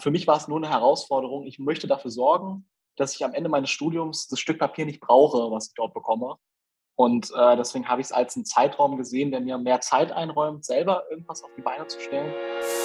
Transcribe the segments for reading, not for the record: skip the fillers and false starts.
für mich war es nur eine Herausforderung. Ich möchte dafür sorgen, dass ich am Ende meines Studiums das Stück Papier nicht brauche, was ich dort bekomme. Und deswegen habe ich es als einen Zeitraum gesehen, der mir mehr Zeit einräumt, selber irgendwas auf die Beine zu stellen.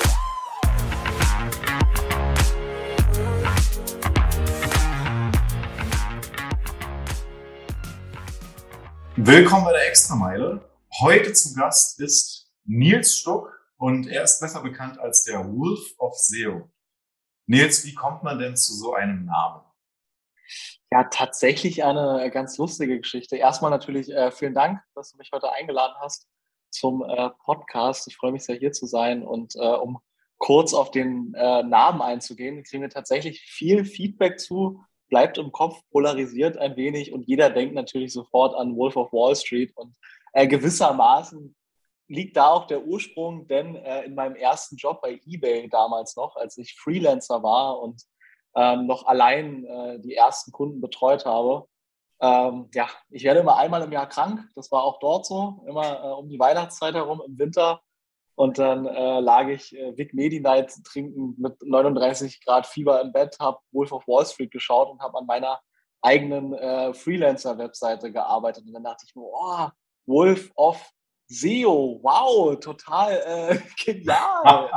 Willkommen bei der Extrameile. Heute zu Gast ist Nils Stuck und er ist besser bekannt als der Wolf of SEO. Nils, wie kommt man denn zu so einem Namen? Ja, tatsächlich eine ganz lustige Geschichte. Erstmal natürlich vielen Dank, dass du mich heute eingeladen hast zum Podcast. Ich freue mich sehr, hier zu sein. Und um kurz auf den Namen einzugehen, kriegen wir tatsächlich viel Feedback zu, bleibt im Kopf, polarisiert ein wenig und jeder denkt natürlich sofort an Wolf of Wall Street. Und gewissermaßen liegt da auch der Ursprung, denn in meinem ersten Job bei eBay damals noch, als ich Freelancer war und noch allein die ersten Kunden betreut habe. Ja, ich werde immer einmal im Jahr krank. Das war auch dort so, immer um die Weihnachtszeit herum im Winter. Und dann lag ich Vic Medi-Night trinkend mit 39 Grad Fieber im Bett, habe Wolf of Wall Street geschaut und habe an meiner eigenen Freelancer-Webseite gearbeitet. Und dann dachte ich mir, oh, Wolf of SEO, wow, total genial.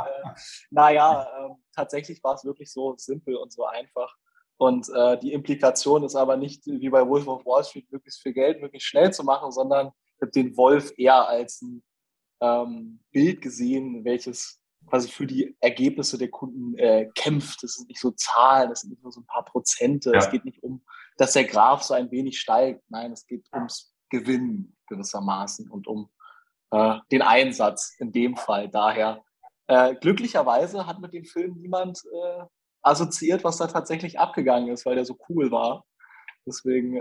Tatsächlich war es wirklich so simpel und so einfach. Und die Implikation ist aber nicht wie bei Wolf of Wall Street, möglichst viel Geld möglichst schnell zu machen, sondern ich habe den Wolf eher als ein Bild gesehen, welches quasi für die Ergebnisse der Kunden kämpft. Das sind nicht so Zahlen, das sind nicht nur so ein paar Prozente. Es geht nicht um, dass der Graph so ein wenig steigt. Nein, es geht ums Gewinnen gewissermaßen und um den Einsatz in dem Fall. Daher glücklicherweise hat mit dem Film niemand assoziiert, was da tatsächlich abgegangen ist, weil der so cool war. Deswegen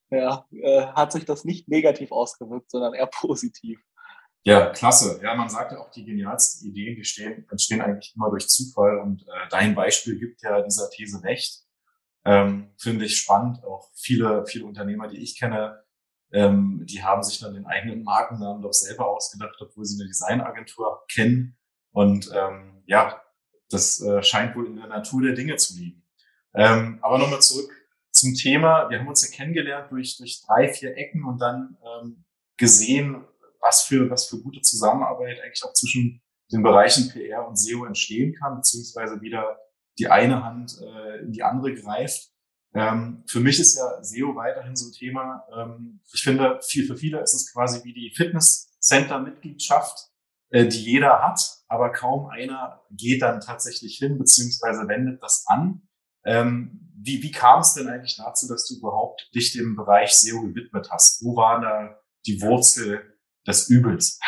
hat sich das nicht negativ ausgewirkt, sondern eher positiv. Ja, klasse. Ja, man sagt ja auch, die genialsten Ideen, die entstehen eigentlich immer durch Zufall. Und dein Beispiel gibt ja dieser These recht. Finde ich spannend. Auch viele Unternehmer, die ich kenne, die haben sich dann den eigenen Markennamen doch selber ausgedacht, obwohl sie eine Designagentur kennen. Und das scheint wohl in der Natur der Dinge zu liegen. Aber nochmal zurück zum Thema. Wir haben uns ja kennengelernt durch 3, 4 Ecken und dann gesehen, was für gute Zusammenarbeit eigentlich auch zwischen den Bereichen PR und SEO entstehen kann, beziehungsweise wieder die eine Hand in die andere greift. Für mich ist ja SEO weiterhin so ein Thema. Ich finde, für viele ist es quasi wie die Fitnesscenter-Mitgliedschaft, die jeder hat, aber kaum einer geht dann tatsächlich hin, beziehungsweise wendet das an. Wie kam es denn eigentlich dazu, dass du überhaupt dich dem Bereich SEO gewidmet hast? Wo war da die Wurzel des Übels?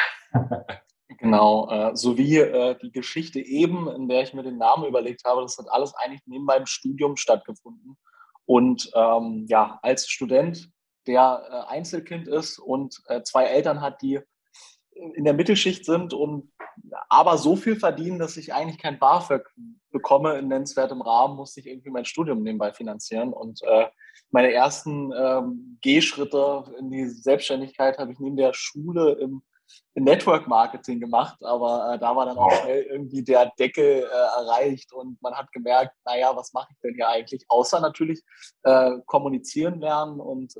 Genau, so wie die Geschichte eben, in der ich mir den Namen überlegt habe, das hat alles eigentlich neben meinem Studium stattgefunden. Und als Student, der Einzelkind ist und 2 Eltern hat, die in der Mittelschicht sind und aber so viel verdienen, dass ich eigentlich kein BAföG bekomme in nennenswertem Rahmen, musste ich irgendwie mein Studium nebenbei finanzieren. Und meine ersten Gehschritte in die Selbstständigkeit habe ich neben der Schule im Network Marketing gemacht, aber da war dann auch schnell irgendwie der Deckel erreicht und man hat gemerkt, naja, was mache ich denn hier eigentlich? Außer natürlich kommunizieren lernen und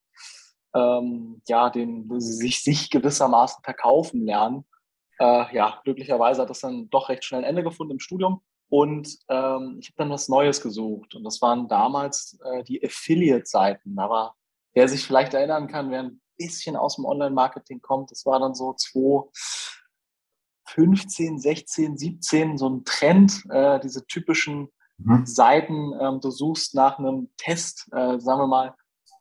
sich gewissermaßen verkaufen lernen. Glücklicherweise hat das dann doch recht schnell ein Ende gefunden im Studium und ich habe dann was Neues gesucht und das waren damals die Affiliate-Seiten. Aber wer sich vielleicht erinnern kann, wer ein bisschen aus dem Online-Marketing kommt, das war dann so 2015, 16, 17 so ein Trend, diese typischen Seiten, du suchst nach einem Test, sagen wir mal,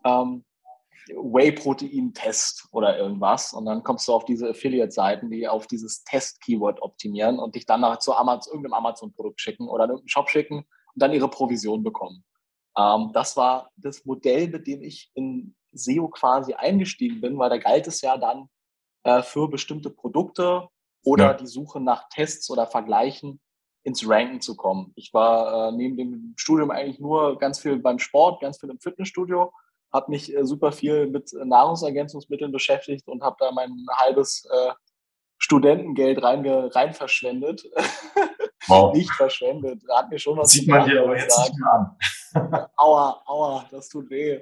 Whey-Protein-Test oder irgendwas und dann kommst du auf diese Affiliate-Seiten, die auf dieses Test-Keyword optimieren und dich dann nachher zu irgendeinem Amazon-Produkt schicken oder in irgendeinen Shop schicken und dann ihre Provision bekommen. Das war das Modell, mit dem ich in SEO quasi eingestiegen bin, weil da galt es ja dann für bestimmte Produkte oder die Suche nach Tests oder Vergleichen ins Ranken zu kommen. Ich war neben dem Studium eigentlich nur ganz viel beim Sport, ganz viel im Fitnessstudio, habe mich super viel mit Nahrungsergänzungsmitteln beschäftigt und habe da mein halbes Studentengeld rein verschwendet. Wow. Nicht verschwendet. Hat mir schon was Sieht man gebracht, dir aber muss ich jetzt nicht sagen. mehr an. Aua, das tut weh.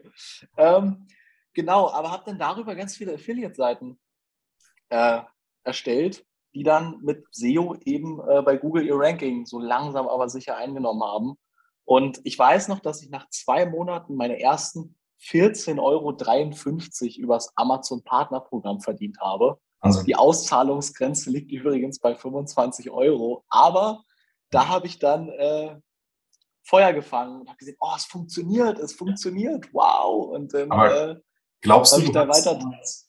Genau, aber habe dann darüber ganz viele Affiliate-Seiten äh, erstellt, die dann mit SEO eben bei Google ihr Ranking so langsam aber sicher eingenommen haben. Und ich weiß noch, dass ich nach 2 Monaten meine ersten 14,53 € übers Amazon-Partnerprogramm verdient habe. Wahnsinn. Die Auszahlungsgrenze liegt übrigens bei 25 €. Aber da habe ich dann Feuer gefangen und habe gesehen, oh, es funktioniert, wow. Und dann Aber glaubst habe du, ich da weiter.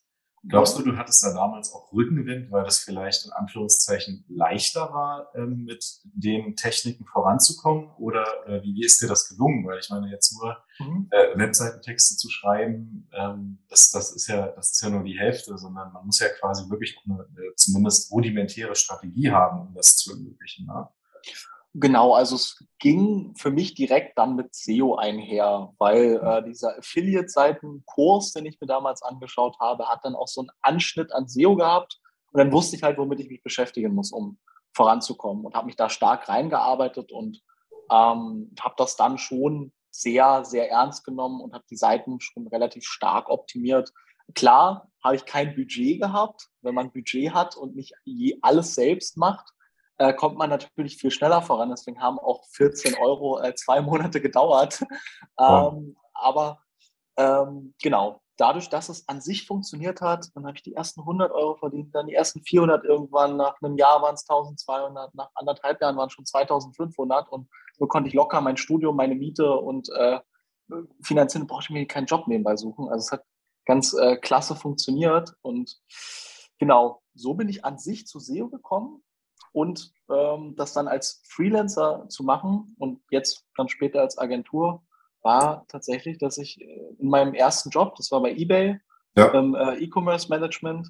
du hattest da damals auch Rückenwind, weil das vielleicht in Anführungszeichen leichter war, mit den Techniken voranzukommen? Oder wie ist dir das gelungen? Weil ich meine, jetzt nur Mhm. Webseitentexte zu schreiben, das ist ja nur die Hälfte, sondern man muss ja quasi wirklich auch eine zumindest rudimentäre Strategie haben, um das zu ermöglichen. Ne? Genau, also es ging für mich direkt dann mit SEO einher, weil dieser Affiliate-Seiten-Kurs, den ich mir damals angeschaut habe, hat dann auch so einen Anschnitt an SEO gehabt. Und dann wusste ich halt, womit ich mich beschäftigen muss, um voranzukommen. Und habe mich da stark reingearbeitet und habe das dann schon sehr, sehr ernst genommen und habe die Seiten schon relativ stark optimiert. Klar habe ich kein Budget gehabt. Wenn man Budget hat und nicht alles selbst macht, kommt man natürlich viel schneller voran. Deswegen haben auch 14 € 2 Monate gedauert. Wow. Aber genau, dadurch, dass es an sich funktioniert hat, dann habe ich die ersten 100 € verdient, dann die ersten 400 irgendwann, nach einem Jahr waren es 1200, nach 1,5 Jahren waren es schon 2500 und so konnte ich locker mein Studium, meine Miete und finanziell brauchte ich mir keinen Job nebenbei suchen. Also es hat ganz klasse funktioniert und genau, so bin ich an sich zu SEO gekommen und das dann als Freelancer zu machen und jetzt dann später als Agentur war tatsächlich, dass ich in meinem ersten Job, das war bei eBay, Ja. E-Commerce Management,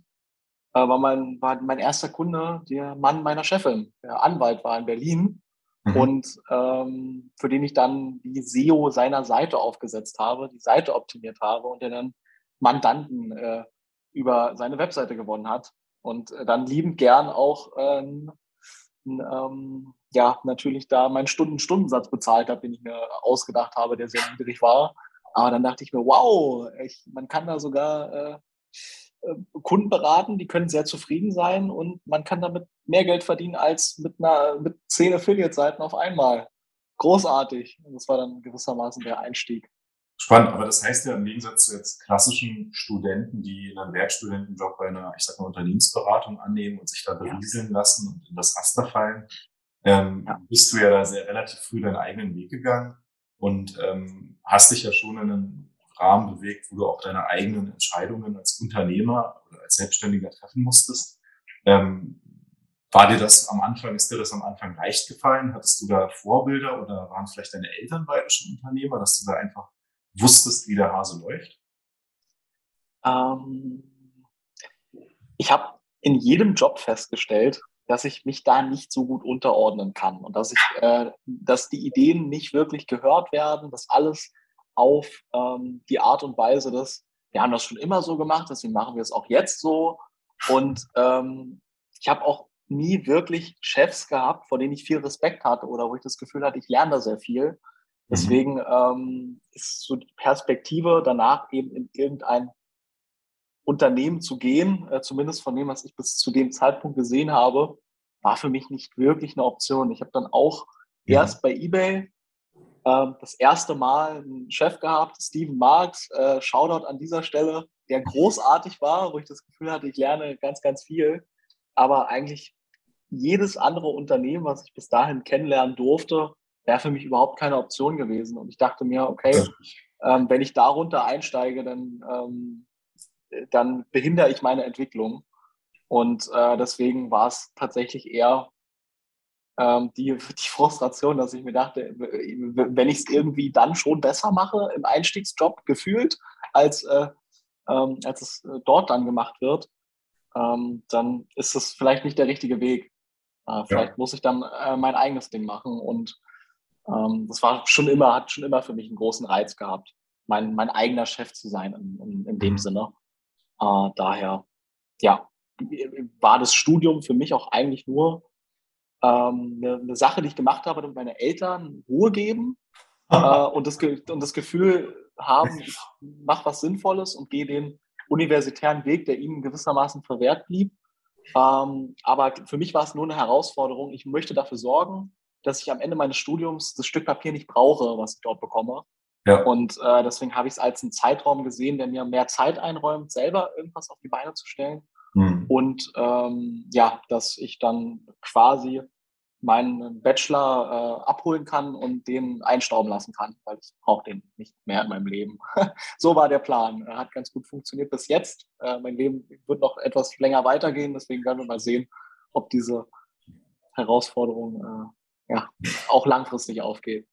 war mein erster Kunde der Mann meiner Chefin, der Anwalt war in Berlin Mhm. und für den ich dann die SEO seiner Seite aufgesetzt habe, die Seite optimiert habe und der dann Mandanten über seine Webseite gewonnen hat und dann liebend gern auch ja, natürlich da meinen Stundensatz bezahlt habe, den ich mir ausgedacht habe, der sehr niedrig war. Aber dann dachte ich mir, wow, man kann da sogar Kunden beraten, die können sehr zufrieden sein und man kann damit mehr Geld verdienen als mit 10 Affiliate-Seiten auf einmal. Großartig. Und das war dann gewissermaßen der Einstieg. Spannend, aber das heißt ja im Gegensatz zu jetzt klassischen Studenten, die einen Werkstudentenjob bei einer, ich sag mal, Unternehmensberatung annehmen und sich da Ja, berieseln lassen und in das Raster fallen, ja. bist du ja da sehr relativ früh deinen eigenen Weg gegangen und hast dich ja schon in einen Rahmen bewegt, wo du auch deine eigenen Entscheidungen als Unternehmer oder als Selbstständiger treffen musstest. Ähm, ist dir das am Anfang leicht gefallen? Hattest du da Vorbilder oder waren vielleicht deine Eltern beide schon Unternehmer, dass du da einfach wusstest, wie der Hase läuft? Ähm, Ich habe in jedem Job festgestellt, dass ich mich da nicht so gut unterordnen kann und dass die Ideen nicht wirklich gehört werden, dass alles auf die Art und Weise des, wir haben das schon immer so gemacht, deswegen machen wir es auch jetzt so. Und ich habe auch nie wirklich Chefs gehabt, vor denen ich viel Respekt hatte oder wo ich das Gefühl hatte, ich lerne da sehr viel. Mhm. Deswegen ist so die Perspektive danach eben in irgendein Unternehmen zu gehen, zumindest von dem, was ich bis zu dem Zeitpunkt gesehen habe, war für mich nicht wirklich eine Option. Ich habe dann auch Mhm. erst bei eBay das erste Mal einen Chef gehabt, Steven Marks, Shoutout an dieser Stelle, der großartig war, wo ich das Gefühl hatte, ich lerne ganz, ganz viel. Aber eigentlich jedes andere Unternehmen, was ich bis dahin kennenlernen durfte, wäre für mich überhaupt keine Option gewesen. Und ich dachte mir, okay, wenn ich darunter einsteige, dann behindere ich meine Entwicklung. Und deswegen war es tatsächlich eher die Frustration, dass ich mir dachte, wenn ich es irgendwie dann schon besser mache im Einstiegsjob gefühlt, als es dort dann gemacht wird, dann ist es vielleicht nicht der richtige Weg. Ja. Vielleicht muss ich dann mein eigenes Ding machen. Und das hat schon immer für mich einen großen Reiz gehabt, mein eigener Chef zu sein in dem Mhm. Sinne. Daher, ja. war das Studium für mich auch eigentlich nur eine Sache, die ich gemacht habe, damit meine Eltern Ruhe geben und das Gefühl haben, ich mache was Sinnvolles und gehe den universitären Weg, der ihnen gewissermaßen verwehrt blieb. Aber für mich war es nur eine Herausforderung. Ich möchte dafür sorgen, dass ich am Ende meines Studiums das Stück Papier nicht brauche, was ich dort bekomme. Ja. Und deswegen habe ich es als einen Zeitraum gesehen, der mir mehr Zeit einräumt, selber irgendwas auf die Beine zu stellen. Mhm. Und ja, dass ich dann quasi meinen Bachelor abholen kann und den einstauben lassen kann, weil ich brauche den nicht mehr in meinem Leben. So war der Plan. Hat ganz gut funktioniert bis jetzt. Mein Leben wird noch etwas länger weitergehen, deswegen werden wir mal sehen, ob diese Herausforderung ja, auch langfristig aufgeht.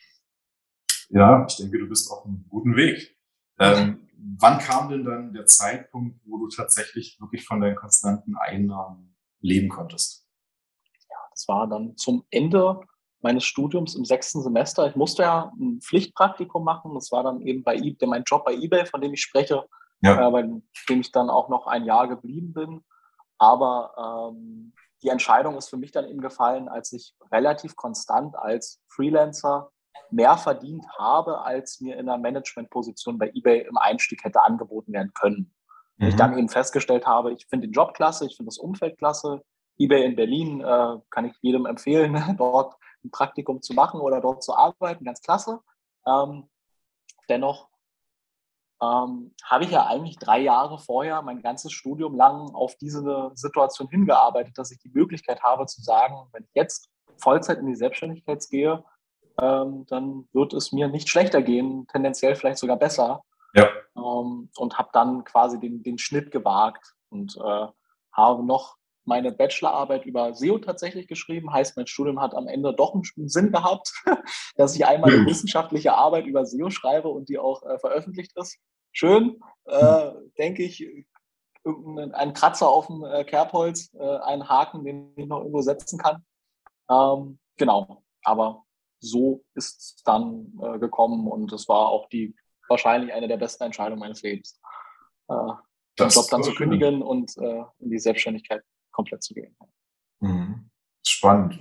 Ja, ich denke, du bist auf einem guten Weg. Wann kam denn dann der Zeitpunkt, wo du tatsächlich wirklich von deinen konstanten Einnahmen leben konntest? Das war dann zum Ende meines Studiums im 6. Semester. Ich musste ja ein Pflichtpraktikum machen. Das war dann eben mein Job bei eBay, von dem ich spreche, Ja. bei dem ich dann auch noch ein Jahr geblieben bin. Aber die Entscheidung ist für mich dann eben gefallen, als ich relativ konstant als Freelancer mehr verdient habe, als mir in einer Managementposition bei eBay im Einstieg hätte angeboten werden können. Und ich dann eben festgestellt habe, ich finde den Job klasse, ich finde das Umfeld klasse. eBay in Berlin kann ich jedem empfehlen, dort ein Praktikum zu machen oder dort zu arbeiten, ganz klasse. Dennoch habe ich ja eigentlich 3 Jahre vorher mein ganzes Studium lang auf diese Situation hingearbeitet, dass ich die Möglichkeit habe zu sagen, wenn ich jetzt Vollzeit in die Selbstständigkeit gehe, dann wird es mir nicht schlechter gehen, tendenziell vielleicht sogar besser. Ja. Und habe dann quasi den Schnitt gewagt und habe noch meine Bachelorarbeit über SEO tatsächlich geschrieben. Heißt, mein Studium hat am Ende doch einen Sinn gehabt, dass ich einmal eine wissenschaftliche Arbeit über SEO schreibe und die auch veröffentlicht ist. Schön, denke ich, ein Kratzer auf dem Kerbholz, einen Haken, den ich noch irgendwo setzen kann. Genau, aber so ist es dann gekommen und es war auch wahrscheinlich eine der besten Entscheidungen meines Lebens, den Job dann zu kündigen und in die Selbstständigkeit komplett zu gehen. Mhm. Spannend.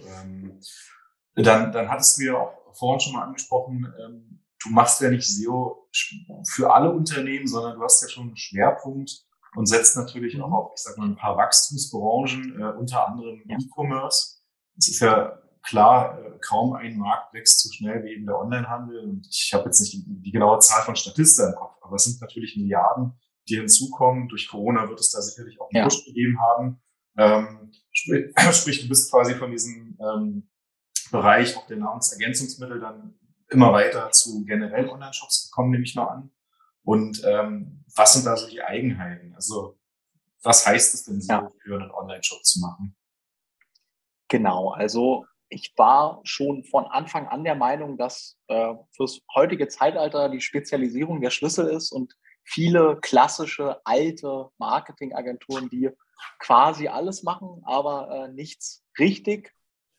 Dann hattest du ja auch vorhin schon mal angesprochen, du machst ja nicht SEO für alle Unternehmen, sondern du hast ja schon einen Schwerpunkt und setzt natürlich auch auf, ich sag mal, ein paar Wachstumsbranchen, unter anderem E-Commerce. Es ist ja klar, kaum ein Markt wächst so schnell wie eben der Onlinehandel. Und ich habe jetzt nicht die genaue Zahl von Statista im Kopf, aber es sind natürlich Milliarden, die hinzukommen. Durch Corona wird es da sicherlich auch einen Push gegeben haben. Sprich, du bist quasi von diesem Bereich auch der Nahrungsergänzungsmittel dann immer weiter zu generellen Online-Shops gekommen, nehme ich mal an. Und was sind da so die Eigenheiten? Also was heißt es denn so, für einen Online-Shop zu machen? Genau, also ich war schon von Anfang an der Meinung, dass fürs heutige Zeitalter die Spezialisierung der Schlüssel ist und viele klassische alte Marketingagenturen, die quasi alles machen, aber nichts richtig,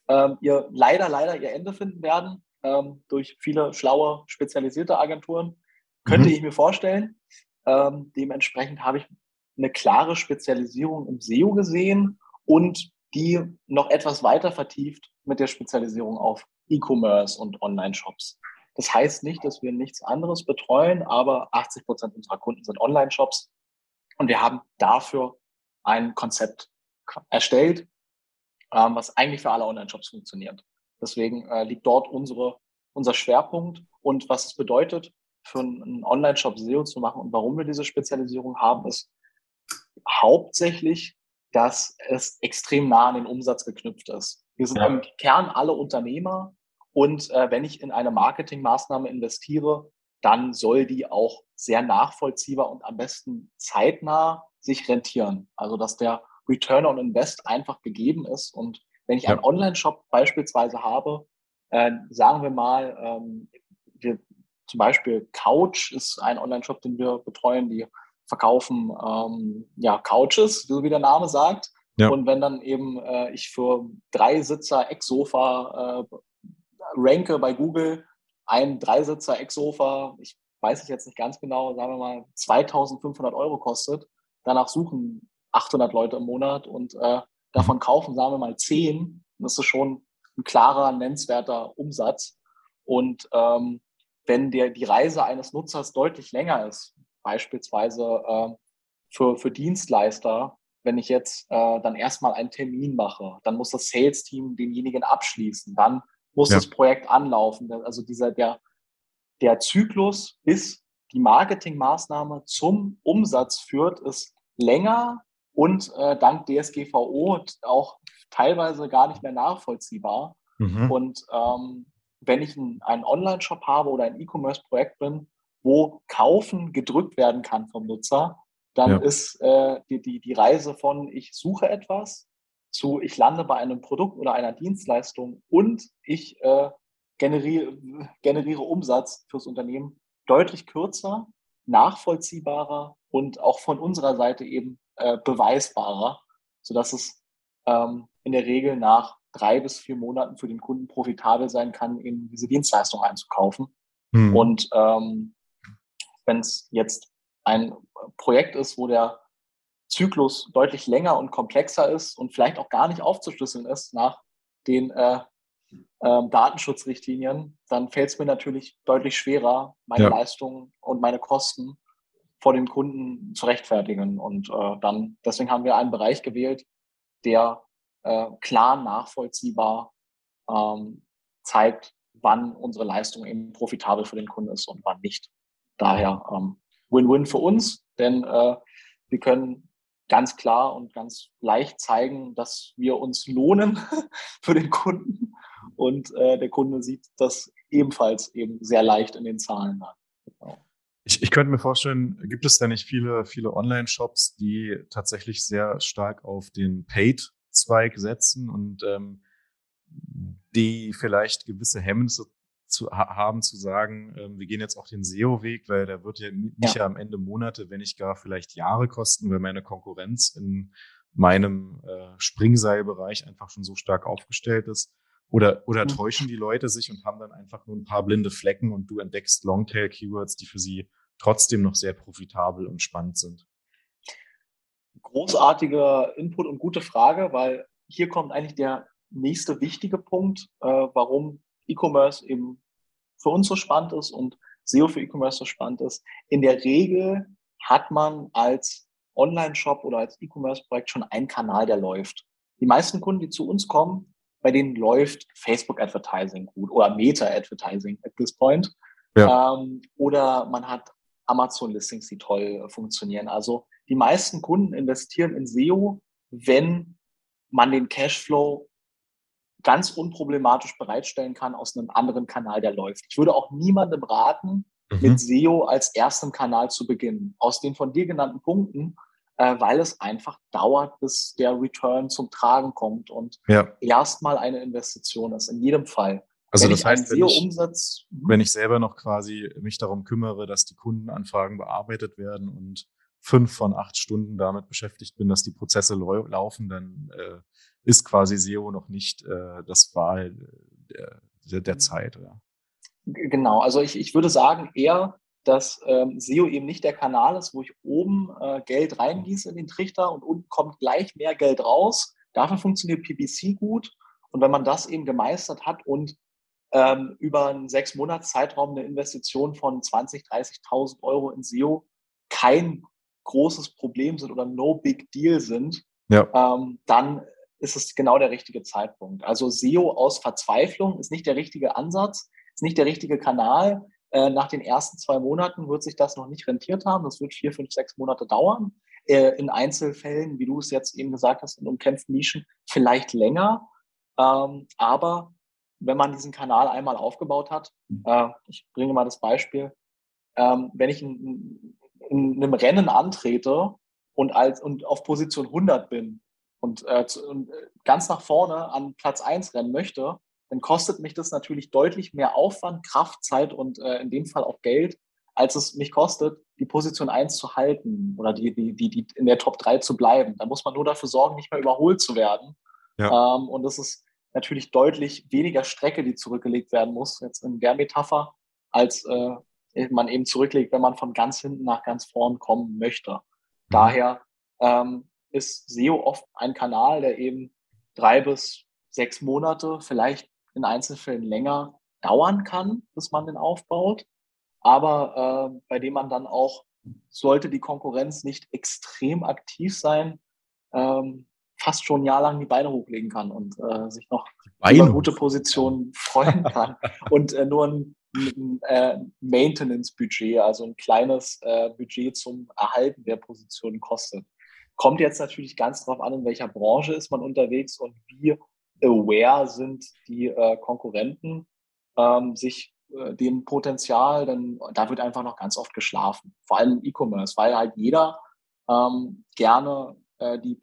leider ihr Ende finden werden durch viele schlaue, spezialisierte Agenturen, könnte ich mir vorstellen. Dementsprechend habe ich eine klare Spezialisierung im SEO gesehen und die noch etwas weiter vertieft mit der Spezialisierung auf E-Commerce und Online-Shops. Das heißt nicht, dass wir nichts anderes betreuen, aber 80% unserer Kunden sind Online-Shops und wir haben dafür ein Konzept erstellt, was eigentlich für alle Online-Shops funktioniert. Deswegen liegt dort unser Schwerpunkt und was es bedeutet, für einen Online-Shop SEO zu machen und warum wir diese Spezialisierung haben, ist hauptsächlich, dass es extrem nah an den Umsatz geknüpft ist. Wir sind im Kern alle Unternehmer und wenn ich in eine Marketingmaßnahme investiere, dann soll die auch sehr nachvollziehbar und am besten zeitnah sich rentieren. Also dass der Return on Invest einfach gegeben ist. Und wenn ich einen Online-Shop beispielsweise habe, sagen wir mal, zum Beispiel Couch ist ein Online-Shop, den wir betreuen, die verkaufen Couches, so wie der Name sagt. Ja. Und wenn dann eben ich für 3-Sitzer Ecksofa ranke bei Google, ein 3-Sitzer Ecksofa, ich weiß es jetzt nicht ganz genau, sagen wir mal 2.500 € kostet, danach suchen 800 Leute im Monat und davon kaufen, sagen wir mal, 10. Das ist schon ein klarer, nennenswerter Umsatz. Und wenn die Reise eines Nutzers deutlich länger ist, beispielsweise für Dienstleister, wenn ich jetzt dann erstmal einen Termin mache, dann muss das Sales-Team denjenigen abschließen, dann muss das Projekt anlaufen. Also der Zyklus, bis die Marketingmaßnahme zum Umsatz führt, ist länger und dank DSGVO auch teilweise gar nicht mehr nachvollziehbar. Und wenn ich einen Online-Shop habe oder ein E-Commerce-Projekt bin, wo Kaufen gedrückt werden kann vom Nutzer, dann ist die Reise von ich suche etwas zu ich lande bei einem Produkt oder einer Dienstleistung und ich generiere Umsatz fürs Unternehmen deutlich kürzer, nachvollziehbarer und auch von unserer Seite eben beweisbarer, sodass es in der Regel nach 3 bis 4 Monaten für den Kunden profitabel sein kann, eben diese Dienstleistung einzukaufen. Und wenn es jetzt ein Projekt ist, wo der Zyklus deutlich länger und komplexer ist und vielleicht auch gar nicht aufzuschlüsseln ist nach den Datenschutzrichtlinien, dann fällt es mir natürlich deutlich schwerer, meine Leistungen und meine Kosten vor dem Kunden zu rechtfertigen. Und deswegen haben wir einen Bereich gewählt, der klar nachvollziehbar zeigt, wann unsere Leistung eben profitabel für den Kunden ist und wann nicht. Daher Win-Win für uns, denn wir können ganz klar und ganz leicht zeigen, dass wir uns lohnen für den Kunden und der Kunde sieht das ebenfalls eben sehr leicht in den Zahlen an. Genau. Ich könnte mir vorstellen, gibt es da nicht viele Online-Shops, die tatsächlich sehr stark auf den Paid-Zweig setzen und die vielleicht gewisse Hemmnisse haben zu sagen, wir gehen jetzt auch den SEO-Weg, weil der wird ja mich am Ende Monate, wenn nicht gar vielleicht Jahre kosten, weil meine Konkurrenz in meinem Springseilbereich einfach schon so stark aufgestellt ist. Oder täuschen die Leute sich und haben dann einfach nur ein paar blinde Flecken und du entdeckst Longtail-Keywords, die für sie trotzdem noch sehr profitabel und spannend sind? Großartiger Input und gute Frage, weil hier kommt eigentlich der nächste wichtige Punkt, warum E-Commerce eben für uns so spannend ist und SEO für E-Commerce so spannend ist. In der Regel hat man als Online-Shop oder als E-Commerce-Projekt schon einen Kanal, der läuft. Die meisten Kunden, die zu uns kommen, bei denen läuft Facebook-Advertising gut oder Meta-Advertising at this point. Oder man hat Amazon-Listings, die toll funktionieren. Also die meisten Kunden investieren in SEO, wenn man den Cashflow ganz unproblematisch bereitstellen kann aus einem anderen Kanal, der läuft. Ich würde auch niemandem raten, mit SEO als ersten Kanal zu beginnen. Aus den von dir genannten Punkten, weil es einfach dauert, bis der Return zum Tragen kommt und erstmal eine Investition ist, in jedem Fall. Also das heißt, wenn ich selber noch quasi mich darum kümmere, dass die Kundenanfragen bearbeitet werden und 5 von 8 Stunden damit beschäftigt bin, dass die Prozesse laufen, dann ist quasi SEO noch nicht das Wahl der Zeit. Ja. Genau, also ich würde sagen eher, dass SEO eben nicht der Kanal ist, wo ich oben Geld reingieße in den Trichter und unten kommt gleich mehr Geld raus. Dafür funktioniert PPC gut. Und wenn man das eben gemeistert hat und über einen 6-Monats-Zeitraum eine Investition von 20.000, 30.000 Euro in SEO kein großes Problem sind oder no big deal sind, dann ist es genau der richtige Zeitpunkt. Also SEO aus Verzweiflung ist nicht der richtige Ansatz, ist nicht der richtige Kanal. Nach den ersten 2 Monaten wird sich das noch nicht rentiert haben. Das wird 4, 5, 6 Monate dauern. In Einzelfällen, wie du es jetzt eben gesagt hast, in umkämpften Nischen vielleicht länger. Aber wenn man diesen Kanal einmal aufgebaut hat, ich bringe mal das Beispiel, wenn ich in einem Rennen antrete und auf Position 100 bin und ganz nach vorne an Platz 1 rennen möchte, dann kostet mich das natürlich deutlich mehr Aufwand, Kraft, Zeit und in dem Fall auch Geld, als es mich kostet, die Position 1 zu halten oder die in der Top 3 zu bleiben. Da muss man nur dafür sorgen, nicht mehr überholt zu werden. Und das ist natürlich deutlich weniger Strecke, die zurückgelegt werden muss, jetzt in der Metapher, als man eben zurücklegt, wenn man von ganz hinten nach ganz vorn kommen möchte. Daher ist SEO oft ein Kanal, der eben 3 bis 6 Monate, vielleicht in Einzelfällen länger dauern kann, bis man den aufbaut, aber bei dem man dann auch, sollte die Konkurrenz nicht extrem aktiv sein, fast schon ein Jahr lang die Beine hochlegen kann und sich noch über gute Positionen freuen kann und nur ein Maintenance-Budget, also ein kleines Budget zum Erhalten der Position kostet. Kommt jetzt natürlich ganz drauf an, in welcher Branche ist man unterwegs und wie aware sind die Konkurrenten sich dem Potenzial, denn da wird einfach noch ganz oft geschlafen. Vor allem im E-Commerce, weil halt jeder gerne die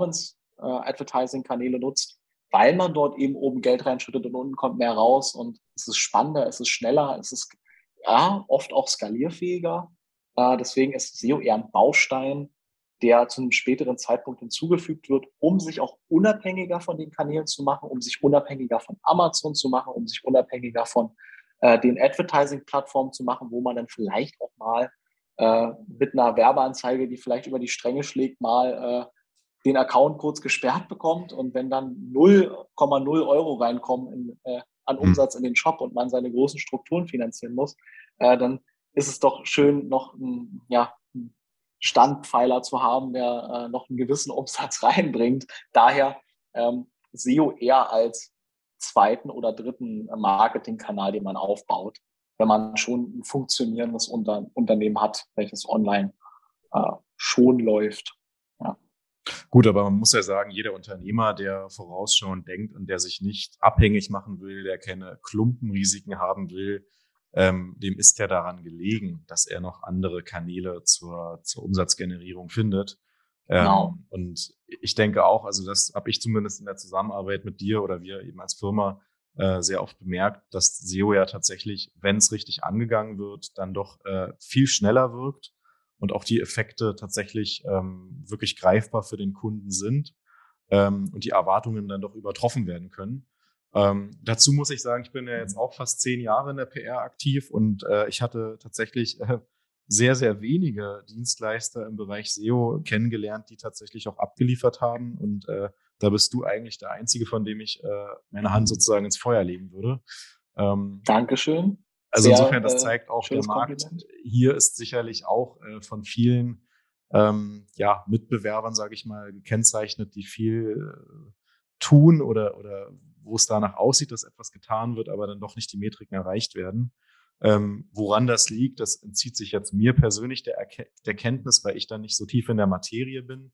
Performance-Advertising-Kanäle nutzt, weil man dort eben oben Geld reinschüttet und unten kommt mehr raus und es ist spannender, es ist schneller, es ist ja oft auch skalierfähiger. Deswegen ist SEO eher ein Baustein, der zu einem späteren Zeitpunkt hinzugefügt wird, um sich auch unabhängiger von den Kanälen zu machen, um sich unabhängiger von Amazon zu machen, um sich unabhängiger von den Advertising-Plattformen zu machen, wo man dann vielleicht auch mal mit einer Werbeanzeige, die vielleicht über die Stränge schlägt, mal den Account kurz gesperrt bekommt und wenn dann 0,0 Euro reinkommen an Umsatz in den Shop und man seine großen Strukturen finanzieren muss, dann ist es doch schön, noch einen Standpfeiler zu haben, der noch einen gewissen Umsatz reinbringt. Daher SEO eher als zweiten oder dritten Marketingkanal, den man aufbaut, wenn man schon ein funktionierendes Unternehmen hat, welches online schon läuft. Ja. Gut, aber man muss ja sagen, jeder Unternehmer, der vorausschauend denkt und der sich nicht abhängig machen will, der keine Klumpenrisiken haben will, dem ist ja daran gelegen, dass er noch andere Kanäle zur Umsatzgenerierung findet. Genau. Und ich denke auch, also das habe ich zumindest in der Zusammenarbeit mit dir oder wir eben als Firma sehr oft bemerkt, dass SEO ja tatsächlich, wenn es richtig angegangen wird, dann doch viel schneller wirkt und auch die Effekte tatsächlich wirklich greifbar für den Kunden sind und die Erwartungen dann doch übertroffen werden können. Dazu muss ich sagen, ich bin ja jetzt auch fast 10 Jahre in der PR aktiv und ich hatte tatsächlich sehr, sehr wenige Dienstleister im Bereich SEO kennengelernt, die tatsächlich auch abgeliefert haben. Und da bist du eigentlich der Einzige, von dem ich meine Hand sozusagen ins Feuer legen würde. Dankeschön. Also Sehr, insofern, das zeigt auch, der Markt Kompliment. hier ist sicherlich auch von vielen Mitbewerbern, sage ich mal, gekennzeichnet, die viel tun oder wo es danach aussieht, dass etwas getan wird, aber dann doch nicht die Metriken erreicht werden. Woran das liegt, das entzieht sich jetzt mir persönlich der Kenntnis, weil ich dann nicht so tief in der Materie bin.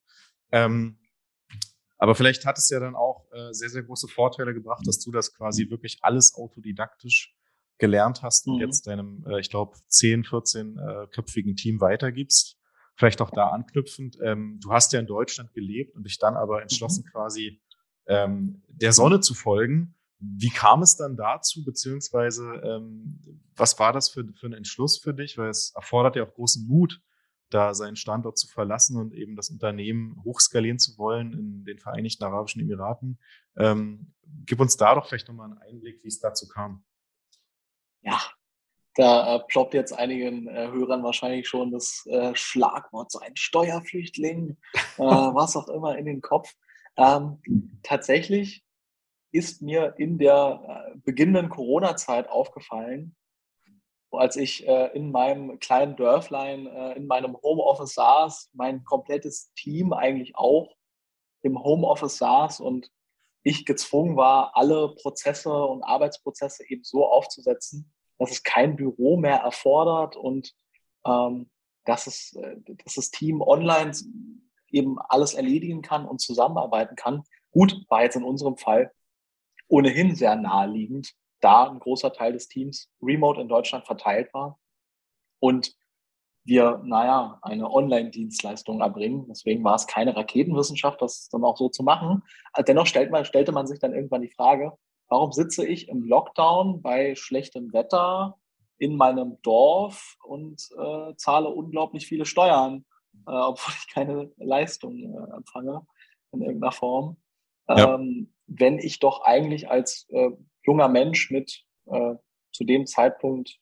Aber vielleicht hat es ja dann auch sehr, sehr große Vorteile gebracht, dass du das quasi wirklich alles autodidaktisch gelernt hast und jetzt deinem, ich glaube, 10, 14-köpfigen Team weitergibst. Vielleicht auch da anknüpfend. Du hast ja in Deutschland gelebt und dich dann aber entschlossen, quasi der Sonne zu folgen. Wie kam es dann dazu, beziehungsweise was war das für ein Entschluss für dich? Weil es erfordert ja auch großen Mut, da seinen Standort zu verlassen und eben das Unternehmen hochskalieren zu wollen in den Vereinigten Arabischen Emiraten. Gib uns da doch vielleicht nochmal einen Einblick, wie es dazu kam. Ja, da ploppt jetzt einigen Hörern wahrscheinlich schon das Schlagwort, so ein Steuerflüchtling, was auch immer in den Kopf. Tatsächlich ist mir in der beginnenden Corona-Zeit aufgefallen, als ich in meinem kleinen Dörflein in meinem Homeoffice saß, mein komplettes Team eigentlich auch im Homeoffice saß und ich gezwungen war, alle Prozesse und Arbeitsprozesse eben so aufzusetzen, dass es kein Büro mehr erfordert und dass das Team online eben alles erledigen kann und zusammenarbeiten kann. Gut, war jetzt in unserem Fall ohnehin sehr naheliegend, da ein großer Teil des Teams remote in Deutschland verteilt war und wir, eine Online-Dienstleistung erbringen. Deswegen war es keine Raketenwissenschaft, das dann auch so zu machen. Dennoch stellte man sich dann irgendwann die Frage, warum sitze ich im Lockdown bei schlechtem Wetter in meinem Dorf und zahle unglaublich viele Steuern, obwohl ich keine Leistung empfange in irgendeiner Form. Ja. Wenn ich doch eigentlich als junger Mensch mit zu dem Zeitpunkt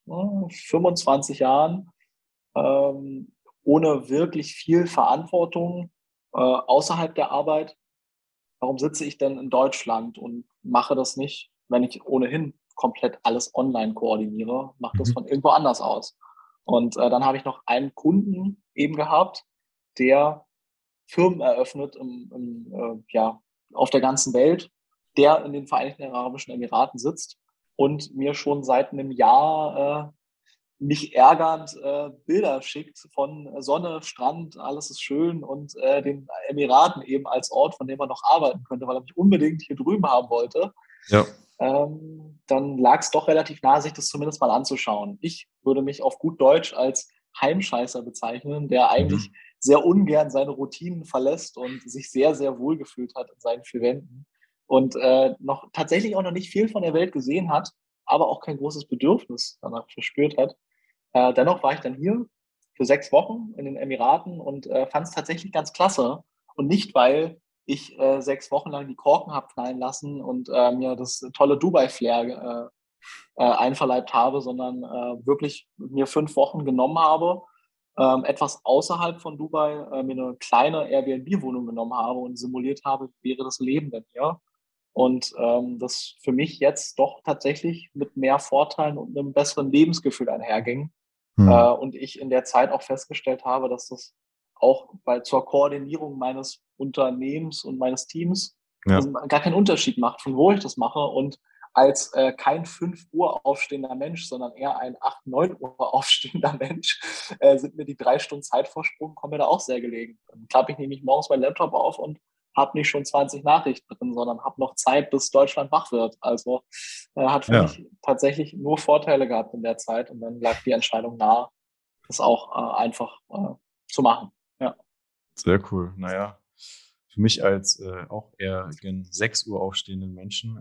25 Jahren ohne wirklich viel Verantwortung außerhalb der Arbeit. Warum sitze ich denn in Deutschland und mache das nicht, wenn ich ohnehin komplett alles online koordiniere, mache das Mhm. von irgendwo anders aus. Und dann habe ich noch einen Kunden eben gehabt, der Firmen eröffnet ja, auf der ganzen Welt, der in den Vereinigten Arabischen Emiraten sitzt und mir schon seit einem Jahr mich ärgernd Bilder schickt von Sonne, Strand, alles ist schön und den Emiraten eben als Ort, von dem man noch arbeiten könnte, weil er mich unbedingt hier drüben haben wollte. Ja. Dann lag es doch relativ nahe, sich das zumindest mal anzuschauen. Ich würde mich auf gut Deutsch als Heimscheißer bezeichnen, der eigentlich Mhm. sehr ungern seine Routinen verlässt und sich sehr, sehr wohl gefühlt hat in seinen vier Wänden und tatsächlich auch noch nicht viel von der Welt gesehen hat, aber auch kein großes Bedürfnis danach verspürt hat. Dennoch war ich dann hier für 6 Wochen in den Emiraten und fand es tatsächlich ganz klasse. Und nicht, weil ich 6 Wochen lang die Korken habe knallen lassen und mir das tolle Dubai-Flair einverleibt habe, sondern wirklich mir 5 Wochen genommen habe, etwas außerhalb von Dubai, mir eine kleine Airbnb-Wohnung genommen habe und simuliert habe, wie wäre das Leben denn hier. Und das für mich jetzt doch tatsächlich mit mehr Vorteilen und einem besseren Lebensgefühl einherging. Mhm. Und ich in der Zeit auch festgestellt habe, dass das auch zur Koordinierung meines Unternehmens und meines Teams Ja. gar keinen Unterschied macht, von wo ich das mache. Und als kein 5 Uhr aufstehender Mensch, sondern eher ein 8, 9 Uhr aufstehender Mensch, sind mir die 3 Stunden Zeitvorsprung, kommen mir da auch sehr gelegen. Dann klappe ich nämlich morgens meinen Laptop auf und habe nicht schon 20 Nachrichten drin, sondern habe noch Zeit, bis Deutschland wach wird. Also hat für Ja. mich tatsächlich nur Vorteile gehabt in der Zeit und dann lag die Entscheidung nahe, das auch einfach zu machen. Ja. Sehr cool. Naja, für mich als auch eher gegen 6 Uhr aufstehenden Menschen,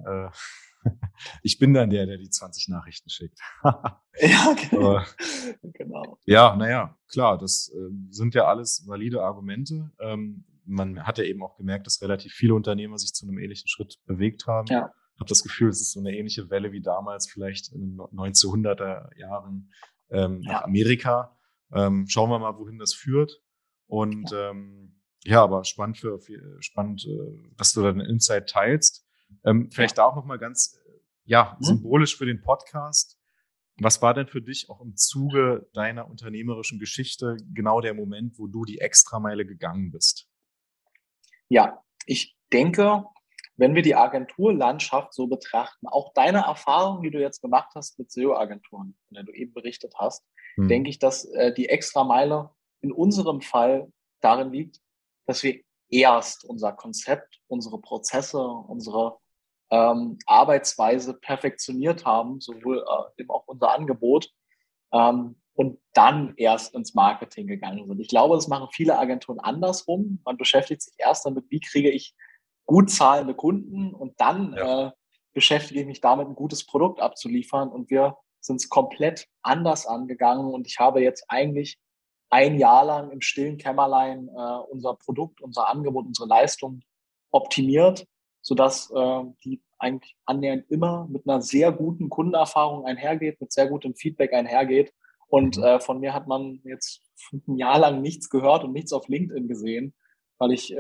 ich bin dann der die 20 Nachrichten schickt. Ja, Aber genau. ja, naja, klar, das sind ja alles valide Argumente. Man hat ja eben auch gemerkt, dass relativ viele Unternehmer sich zu einem ähnlichen Schritt bewegt haben. Ja, Ich habe das Gefühl, es ist so eine ähnliche Welle wie damals vielleicht in den 1900er Jahren nach ja, Amerika. Schauen wir mal, wohin das führt. Und ja, aber spannend spannend, dass du da den Insight teilst. ja. Vielleicht da auch noch mal ganz ja Hm? symbolisch für den Podcast. Was war denn für dich auch im Zuge deiner unternehmerischen Geschichte genau der Moment, wo du die Extrameile gegangen bist? Ja, ich denke, wenn wir die Agenturlandschaft so betrachten, auch deine Erfahrung, die du jetzt gemacht hast mit SEO-Agenturen, von der du eben berichtet hast, denke Mhm. ich, dass die Extrameile in unserem Fall darin liegt, dass wir erst unser Konzept, unsere Prozesse, unsere Arbeitsweise perfektioniert haben, sowohl eben auch unser Angebot, und dann erst ins Marketing gegangen sind. Ich glaube, das machen viele Agenturen andersrum. Man beschäftigt sich erst damit, wie kriege ich gut zahlende Kunden und dann Ja. beschäftige ich mich damit, ein gutes Produkt abzuliefern. Und wir sind es komplett anders angegangen. Und ich habe jetzt eigentlich ein Jahr lang im stillen Kämmerlein unser Produkt, unser Angebot, unsere Leistung optimiert, sodass die eigentlich annähernd immer mit einer sehr guten Kundenerfahrung einhergeht, mit sehr gutem Feedback einhergeht. Und Mhm. von mir hat man jetzt ein Jahr lang nichts gehört und nichts auf LinkedIn gesehen, weil ich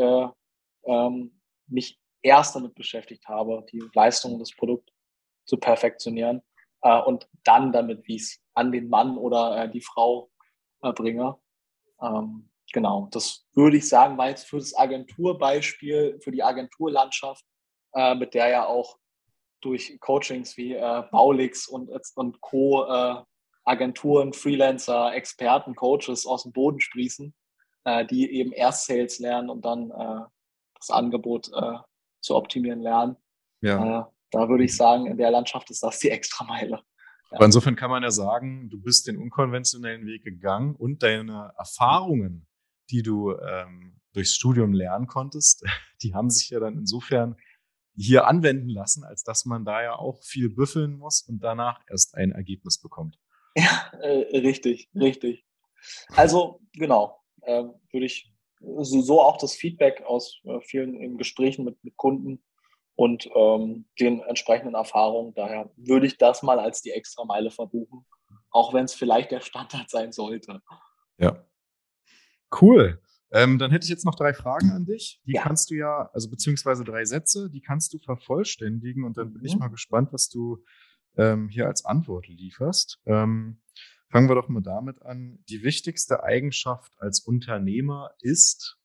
mich erst damit beschäftigt habe, die Leistung und das Produkt zu perfektionieren und dann damit, wie ich es an den Mann oder die Frau bringe. Genau, das würde ich sagen, war jetzt für das Agenturbeispiel, für die Agenturlandschaft, mit der ja auch durch Coachings wie Baulix und Co. Agenturen, Freelancer, Experten, Coaches aus dem Boden sprießen, die eben erst Sales lernen und dann das Angebot zu optimieren lernen. Ja. Da würde ich sagen, in der Landschaft ist das die Extrameile. Aber Ja, insofern kann man ja sagen, du bist den unkonventionellen Weg gegangen und deine Erfahrungen, die du durchs Studium lernen konntest, die haben sich ja dann insofern hier anwenden lassen, als dass man da ja auch viel büffeln muss und danach erst ein Ergebnis bekommt. ja richtig, richtig. Also genau, würde ich so auch das Feedback aus vielen Gesprächen mit Kunden und den entsprechenden Erfahrungen. Daher würde ich das mal als die Extrameile verbuchen, auch wenn es vielleicht der Standard sein sollte. Ja. Cool. Dann hätte ich jetzt noch 3 Fragen an dich. Die Ja. kannst du ja, also beziehungsweise 3 Sätze, die kannst du vervollständigen und dann bin ich mal gespannt, was du hier als Antwort lieferst. Fangen wir doch mal damit an. Die wichtigste Eigenschaft als Unternehmer ist?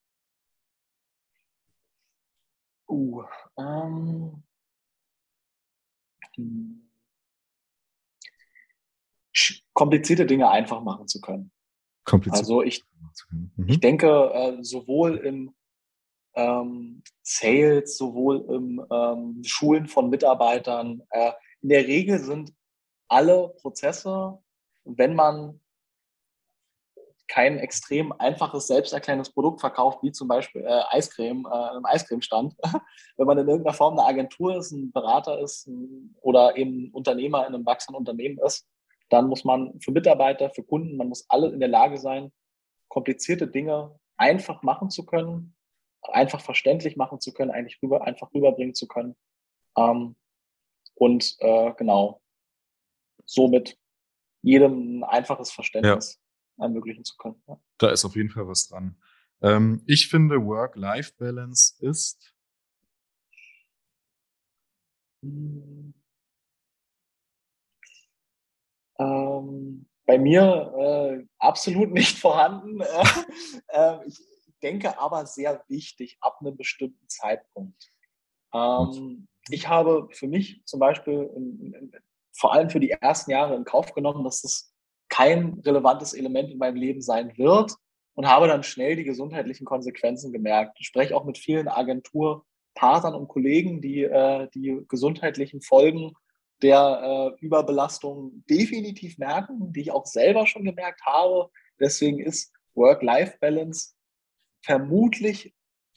Ähm, komplizierte Dinge einfach machen zu können. Kompliziert. Also ich denke, sowohl im Sales, sowohl im Schulen von Mitarbeitern, in der Regel sind alle Prozesse, wenn man kein extrem einfaches, selbsterklärendes Produkt verkauft, wie zum Beispiel Eiscreme, im Eiscremestand. Wenn man in irgendeiner Form eine Agentur ist, ein Berater ist oder eben ein Unternehmer in einem wachsenden Unternehmen ist, dann muss man für Mitarbeiter, für Kunden, man muss alle in der Lage sein, komplizierte Dinge einfach machen zu können, einfach verständlich machen zu können, eigentlich einfach rüberbringen zu können. Und genau, somit jedem ein einfaches Verständnis ermöglichen zu können. Ja. Da ist auf jeden Fall was dran. Ich finde, Work-Life-Balance ist bei mir absolut nicht vorhanden. Ich denke aber sehr wichtig ab einem bestimmten Zeitpunkt. Ich habe für mich zum Beispiel vor allem für die ersten Jahre in Kauf genommen, dass das kein relevantes Element in meinem Leben sein wird und habe dann schnell die gesundheitlichen Konsequenzen gemerkt. Ich spreche auch mit vielen Agenturpartnern und Kollegen, die die gesundheitlichen Folgen der Überbelastung definitiv merken, die ich auch selber schon gemerkt habe. Deswegen ist Work-Life-Balance vermutlich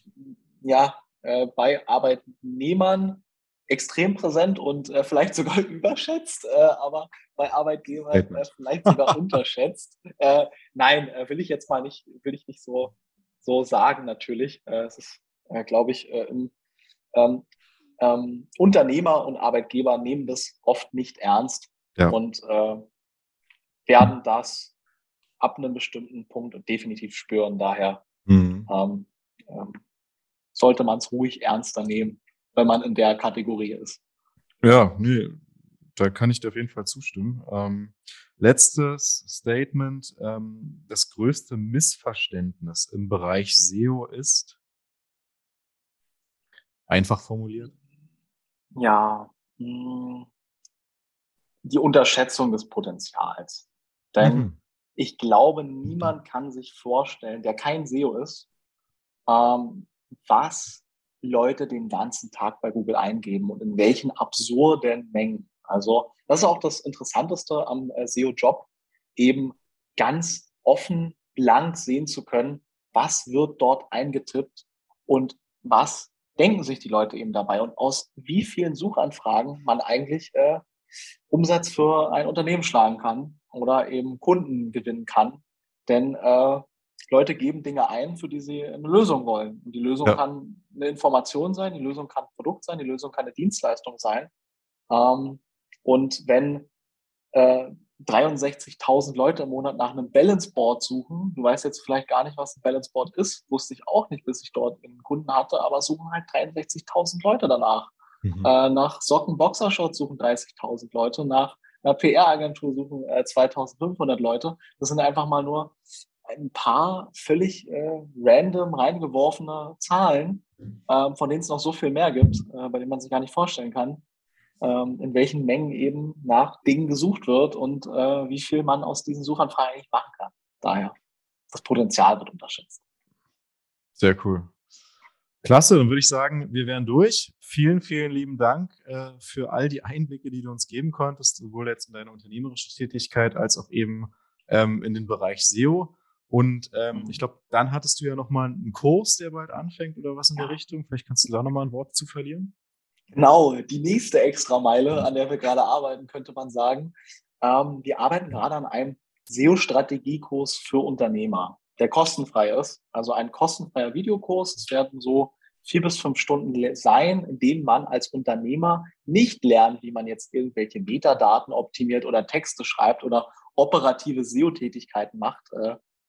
bei Arbeitnehmern extrem präsent und vielleicht sogar überschätzt, aber bei Arbeitgebern vielleicht sogar unterschätzt. Nein, will ich nicht so sagen natürlich. Es ist, glaube ich, Unternehmer und Arbeitgeber nehmen das oft nicht ernst und werden das ab einem bestimmten Punkt definitiv spüren. Daher sollte man es ruhig ernster nehmen, wenn man in der Kategorie ist. Ja, nee, da kann ich dir auf jeden Fall zustimmen. Letztes Statement. Das größte Missverständnis im Bereich SEO ist, einfach formuliert? Ja, die Unterschätzung des Potenzials. Denn ich glaube, niemand kann sich vorstellen, der kein SEO ist, was Leute den ganzen Tag bei Google eingeben und in welchen absurden Mengen. Also das ist auch das Interessanteste am SEO-Job, eben ganz offen, blank sehen zu können, was wird dort eingetippt und was denken sich die Leute eben dabei und aus wie vielen Suchanfragen man eigentlich Umsatz für ein Unternehmen schlagen kann oder eben Kunden gewinnen kann. Denn Leute geben Dinge ein, für die sie eine Lösung wollen. Und die Lösung kann eine Information sein, die Lösung kann ein Produkt sein, die Lösung kann eine Dienstleistung sein. Und wenn 63.000 Leute im Monat nach einem Balance Board suchen, du weißt jetzt vielleicht gar nicht, was ein Balance Board ist, wusste ich auch nicht, bis ich dort einen Kunden hatte, aber suchen halt 63.000 Leute danach. Nach Socken-Boxershorts suchen 30.000 Leute, nach einer PR-Agentur suchen 2.500 Leute. Das sind einfach mal nur ein paar völlig random reingeworfene Zahlen, von denen es noch so viel mehr gibt, bei denen man sich gar nicht vorstellen kann, in welchen Mengen eben nach Dingen gesucht wird und wie viel man aus diesen Suchanfragen eigentlich machen kann. Daher, das Potenzial wird unterschätzt. Sehr cool. Klasse, dann würde ich sagen, wir wären durch. Vielen, vielen lieben Dank für all die Einblicke, die du uns geben konntest, sowohl jetzt in deine unternehmerische Tätigkeit als auch eben in den Bereich SEO. Und ich glaube, dann hattest du ja nochmal einen Kurs, der bald anfängt oder was in der Richtung. Vielleicht kannst du da nochmal ein Wort zu verlieren. Genau, die nächste Extrameile, an der wir gerade arbeiten, könnte man sagen. Wir arbeiten gerade an einem SEO-Strategiekurs für Unternehmer, der kostenfrei ist. Also ein kostenfreier Videokurs. Es werden so 4 bis 5 Stunden sein, in denen man als Unternehmer nicht lernt, wie man jetzt irgendwelche Metadaten optimiert oder Texte schreibt oder operative SEO-Tätigkeiten macht,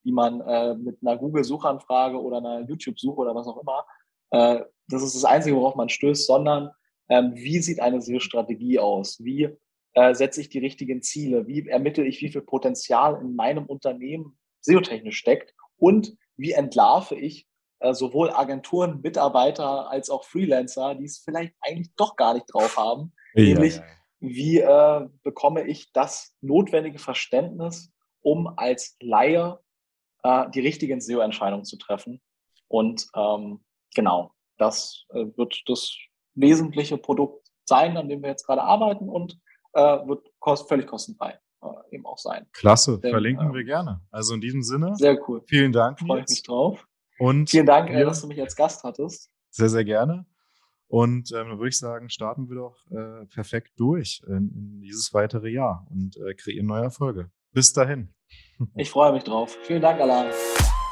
die man mit einer Google-Suchanfrage oder einer YouTube-Suche oder was auch immer, das ist das Einzige, worauf man stößt, sondern wie sieht eine SEO-Strategie aus? Wie setze ich die richtigen Ziele? Wie ermittle ich, wie viel Potenzial in meinem Unternehmen SEO-technisch steckt? Und wie entlarve ich sowohl Agenturen, Mitarbeiter als auch Freelancer, die es vielleicht eigentlich doch gar nicht drauf haben? Nämlich, wie bekomme ich das notwendige Verständnis, um als Laie die richtigen SEO-Entscheidungen zu treffen? Und genau, das wird das wesentliche Produkt sein, an dem wir jetzt gerade arbeiten und wird völlig kostenfrei eben auch sein. Klasse, verlinken wir gerne. Also in diesem Sinne, sehr cool. Vielen Dank, Freue ich mich drauf. Und vielen Dank, dass du mich als Gast hattest. Sehr, sehr gerne. Und dann würde ich sagen, starten wir doch perfekt durch in dieses weitere Jahr und kreieren neue Erfolge. Bis dahin. Ich freue mich drauf. Vielen Dank, Alain.